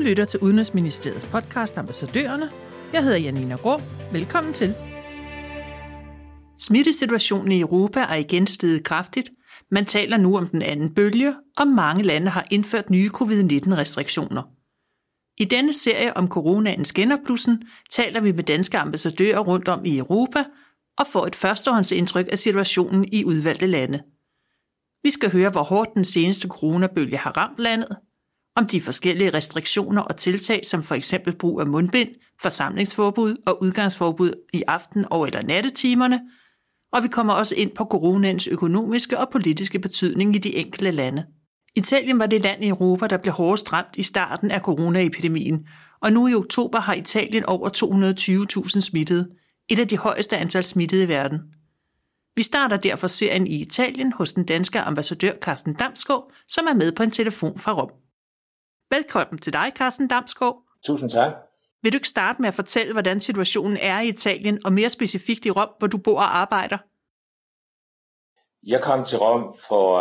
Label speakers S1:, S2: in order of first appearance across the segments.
S1: lytter til Udenrigsministeriets podcast Ambassadørerne. Jeg hedder Janina Grå. Velkommen til. Smittesituationen i Europa er igen steget kraftigt. Man taler nu om den anden bølge, og mange lande har indført nye covid-19-restriktioner. I denne serie om coronaens genopblussen taler vi med danske ambassadører rundt om i Europa og får et førstehåndsindtryk af situationen i udvalgte lande. Vi skal høre, hvor hårdt den seneste coronabølge har ramt landet, om de forskellige restriktioner og tiltag, som for eksempel brug af mundbind, forsamlingsforbud og udgangsforbud i aften- og eller nattetimerne, og vi kommer også ind på coronaens økonomiske og politiske betydning i de enkelte lande. Italien var det land i Europa, der blev hårdest ramt i starten af coronaepidemien, og nu i oktober har Italien over 220.000 smittede, et af de højeste antal smittede i verden. Vi starter derfor serien i Italien hos den danske ambassadør Carsten Damsgaard, som er med på en telefon fra Rom. Velkommen til dig, Carsten Damsgaard.
S2: Tusind tak.
S1: Vil du ikke starte med at fortælle, hvordan situationen er i Italien, og mere specifikt i Rom, hvor du bor og arbejder?
S2: Jeg kom til Rom for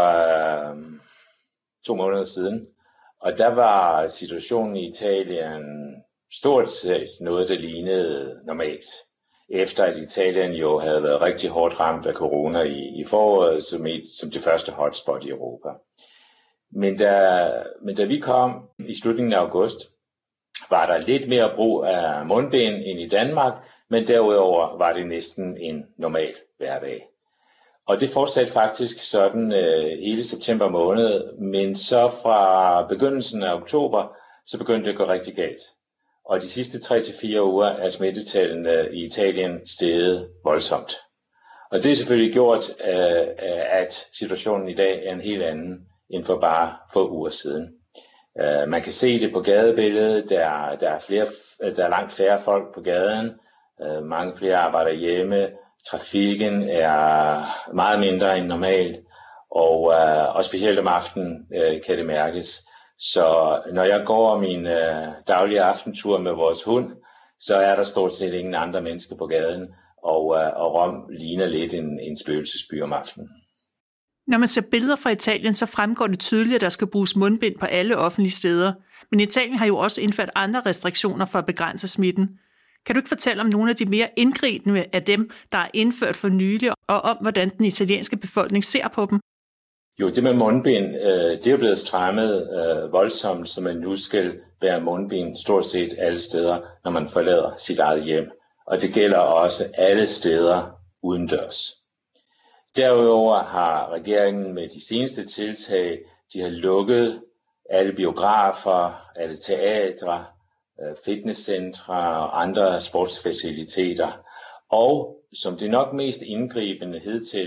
S2: 2 måneder siden, og der var situationen i Italien stort set noget, der lignede normalt. Efter at Italien jo havde været rigtig hårdt ramt af corona i foråret som det første hotspot i Europa. Men da vi kom i slutningen af august, var der lidt mere brug af mundbind end i Danmark, men derudover var det næsten en normal hverdag. Og det fortsatte faktisk sådan hele september måned, men så fra begyndelsen af oktober, så begyndte det at gå rigtig galt. Og de sidste 3-4 uger er smittetallene i Italien steget voldsomt. Og det er selvfølgelig gjort, at situationen i dag er en helt anden end for bare få uger siden. Man kan se det på gadebilledet, der er langt færre folk på gaden, mange flere arbejder hjemme, trafikken er meget mindre end normalt, og specielt om aftenen kan det mærkes. Så når jeg går min daglige aftentur med vores hund, så er der stort set ingen andre mennesker på gaden, og Rom ligner lidt en spøgelsesby om aftenen.
S1: Når man ser billeder fra Italien, så fremgår det tydeligt, at der skal bruges mundbind på alle offentlige steder. Men Italien har jo også indført andre restriktioner for at begrænse smitten. Kan du ikke fortælle om nogle af de mere indgribende af dem, der er indført for nylig, og om hvordan den italienske befolkning ser på dem?
S2: Jo, det med mundbind, det er jo blevet strammet voldsomt, så man nu skal bære mundbind stort set alle steder, når man forlader sit eget hjem. Og det gælder også alle steder udendørs. Derudover har regeringen med de seneste tiltag, de har lukket alle biografer, alle teatre, fitnesscentre og andre sportsfaciliteter. Og som det nok mest indgribende hidtil,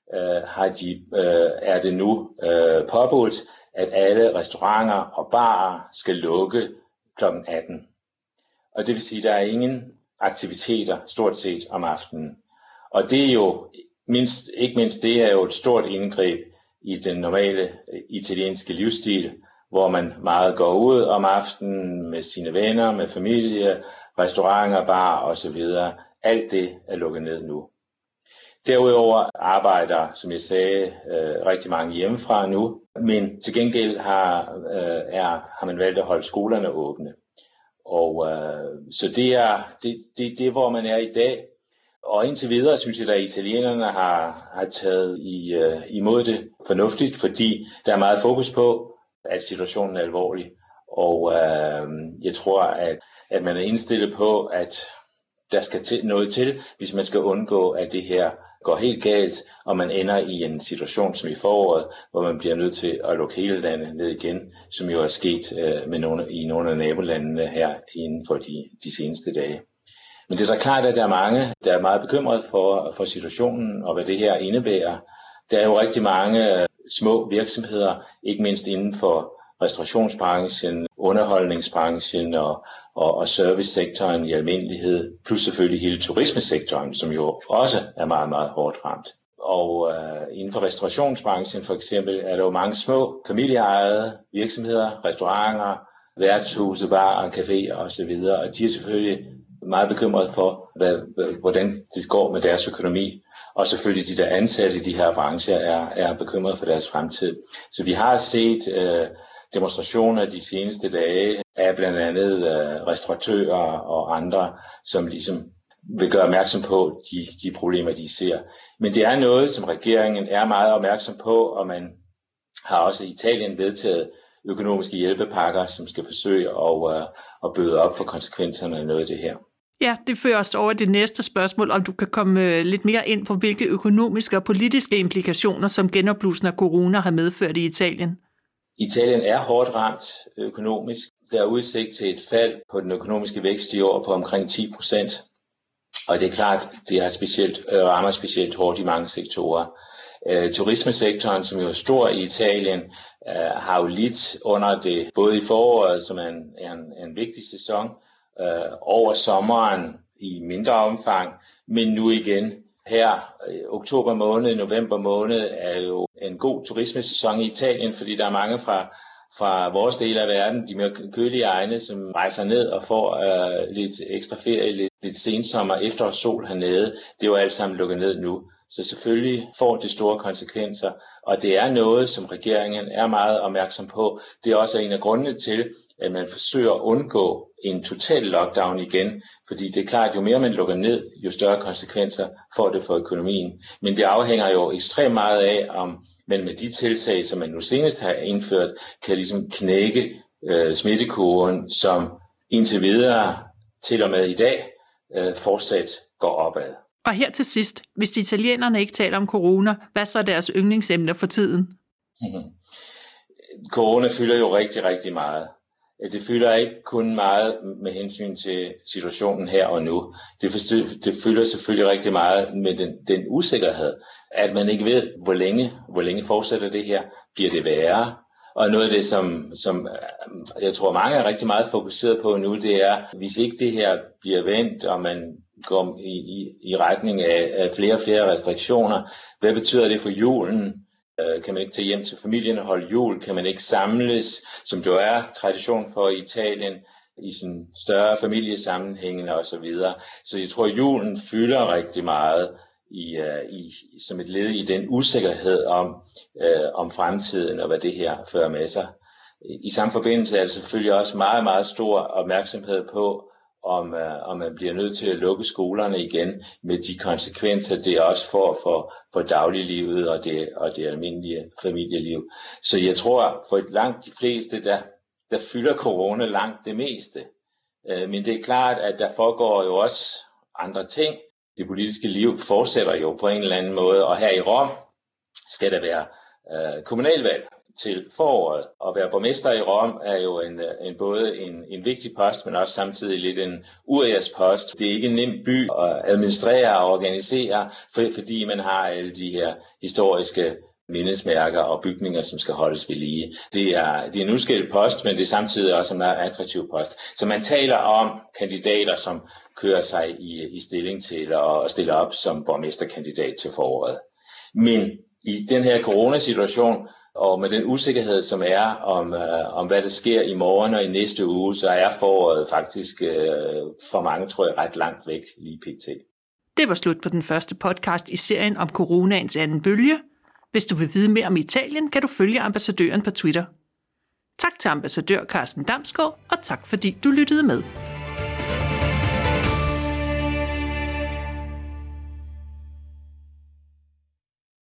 S2: er det nu påbudt, at alle restauranter og barer skal lukke kl. 18. Og det vil sige, at der er ingen aktiviteter stort set om aftenen. Og det er jo ikke mindst det er jo et stort indgreb i den normale italienske livsstil, hvor man meget går ud om aftenen med sine venner, med familie, restauranter, bar osv. Alt det er lukket ned nu. Derudover arbejder, som jeg sagde, rigtig mange hjemmefra nu, men til gengæld har man valgt at holde skolerne åbne. Og så det er, hvor man er i dag. Og indtil videre synes jeg, at italienerne har taget imod det fornuftigt, fordi der er meget fokus på, at situationen er alvorlig. Og jeg tror, at man er indstillet på, at der skal noget til, hvis man skal undgå, at det her går helt galt, og man ender i en situation som i foråret, hvor man bliver nødt til at lukke hele landet ned igen, som jo er sket i nogle af nabolandene her inden for de seneste dage. Men det er da klart, at der er mange, der er meget bekymret for situationen og hvad det her indebærer. Der er jo rigtig mange små virksomheder, ikke mindst inden for restaurationsbranchen, underholdningsbranchen og servicesektoren i almindelighed, plus selvfølgelig hele turismesektoren, som jo også er meget, meget hårdt ramt. Og inden for restaurationsbranchen for eksempel er der jo mange små familieejede virksomheder, restauranter, værtshuse, barer, caféer osv. Og de er selvfølgelig meget bekymret for, hvordan det går med deres økonomi. Og selvfølgelig de der ansatte i de her brancher er bekymret for deres fremtid. Så vi har set demonstrationer de seneste dage af blandt andet restauratører og andre, som ligesom vil gøre opmærksom på de problemer, de ser. Men det er noget, som regeringen er meget opmærksom på, og man har også i Italien vedtaget økonomiske hjælpepakker, som skal forsøge at bøde op for konsekvenserne af noget af det her.
S1: Ja, det fører os over det næste spørgsmål, om du kan komme lidt mere ind på, hvilke økonomiske og politiske implikationer, som genopblussen af corona har medført i Italien.
S2: Italien er hårdt ramt økonomisk. Der er udsigt til et fald på den økonomiske vækst i år på omkring 10%. Og det er klart, det har rammer specielt hårdt i mange sektorer. Turismesektoren, som jo er stor i Italien, har jo lidt under det, både i foråret, som er en vigtig sæson, over sommeren i mindre omfang, men nu igen her oktober måned, november måned er jo en god turismesæson i Italien, fordi der er mange fra vores del af verden, de mere kølige egne, som rejser ned og får lidt ekstra ferie, lidt sensommer, efterårssol hernede. Det er jo alt sammen lukket ned nu. Så selvfølgelig får det store konsekvenser, og det er noget, som regeringen er meget opmærksom på. Det er også en af grundene til, at man forsøger at undgå en total lockdown igen, fordi det er klart, at jo mere man lukker ned, jo større konsekvenser får det for økonomien. Men det afhænger jo ekstremt meget af, om man med de tiltag, som man nu senest har indført, kan ligesom knække smittekurven, som indtil videre til og med i dag fortsat går opad.
S1: Og her til sidst, hvis italienerne ikke taler om corona, hvad så er deres yndlingsemner for tiden?
S2: Corona fylder jo rigtig, rigtig meget. Det fylder ikke kun meget med hensyn til situationen her og nu. Det fylder selvfølgelig rigtig meget med den usikkerhed, at man ikke ved, hvor længe fortsætter det her. Bliver det værre? Og noget af det, som jeg tror mange er rigtig meget fokuseret på nu, det er, hvis ikke det her bliver vendt, og man går i retning af flere og flere restriktioner, hvad betyder det for julen? Kan man ikke tage hjem til familien og holde jul? Kan man ikke samles, som det er tradition for i Italien, i sådan større familiesammenhængende osv.? Så jeg tror, at julen fylder rigtig meget som et led i den usikkerhed om fremtiden og hvad det her fører med sig. I samme forbindelse er det selvfølgelig også meget, meget stor opmærksomhed på, om man bliver nødt til at lukke skolerne igen med de konsekvenser, det også får for dagliglivet og det almindelige familieliv. Så jeg tror, for langt de fleste, der fylder corona langt det meste. Men det er klart, at der foregår jo også andre ting. Det politiske liv fortsætter jo på en eller anden måde, og her i Rom skal der være kommunalvalg til foråret. At være borgmester i Rom er jo både en vigtig post, men også samtidig lidt en post. Det er ikke en nem by at administrere og organisere, fordi man har alle de her historiske mindesmærker og bygninger, som skal holdes ved lige. Det er en udskilt post, men det er samtidig også en attraktiv post. Så man taler om kandidater, som kører sig i stilling til at stille op som borgmesterkandidat til foråret. Men i den her coronasituation, og med den usikkerhed, som er om hvad der sker i morgen og i næste uge, så er foråret faktisk for mange, tror jeg, ret langt væk lige pt.
S1: Det var slut på den første podcast i serien om coronaens anden bølge. Hvis du vil vide mere om Italien, kan du følge ambassadøren på Twitter. Tak til ambassadør Carsten Damsgaard, og tak fordi du lyttede med.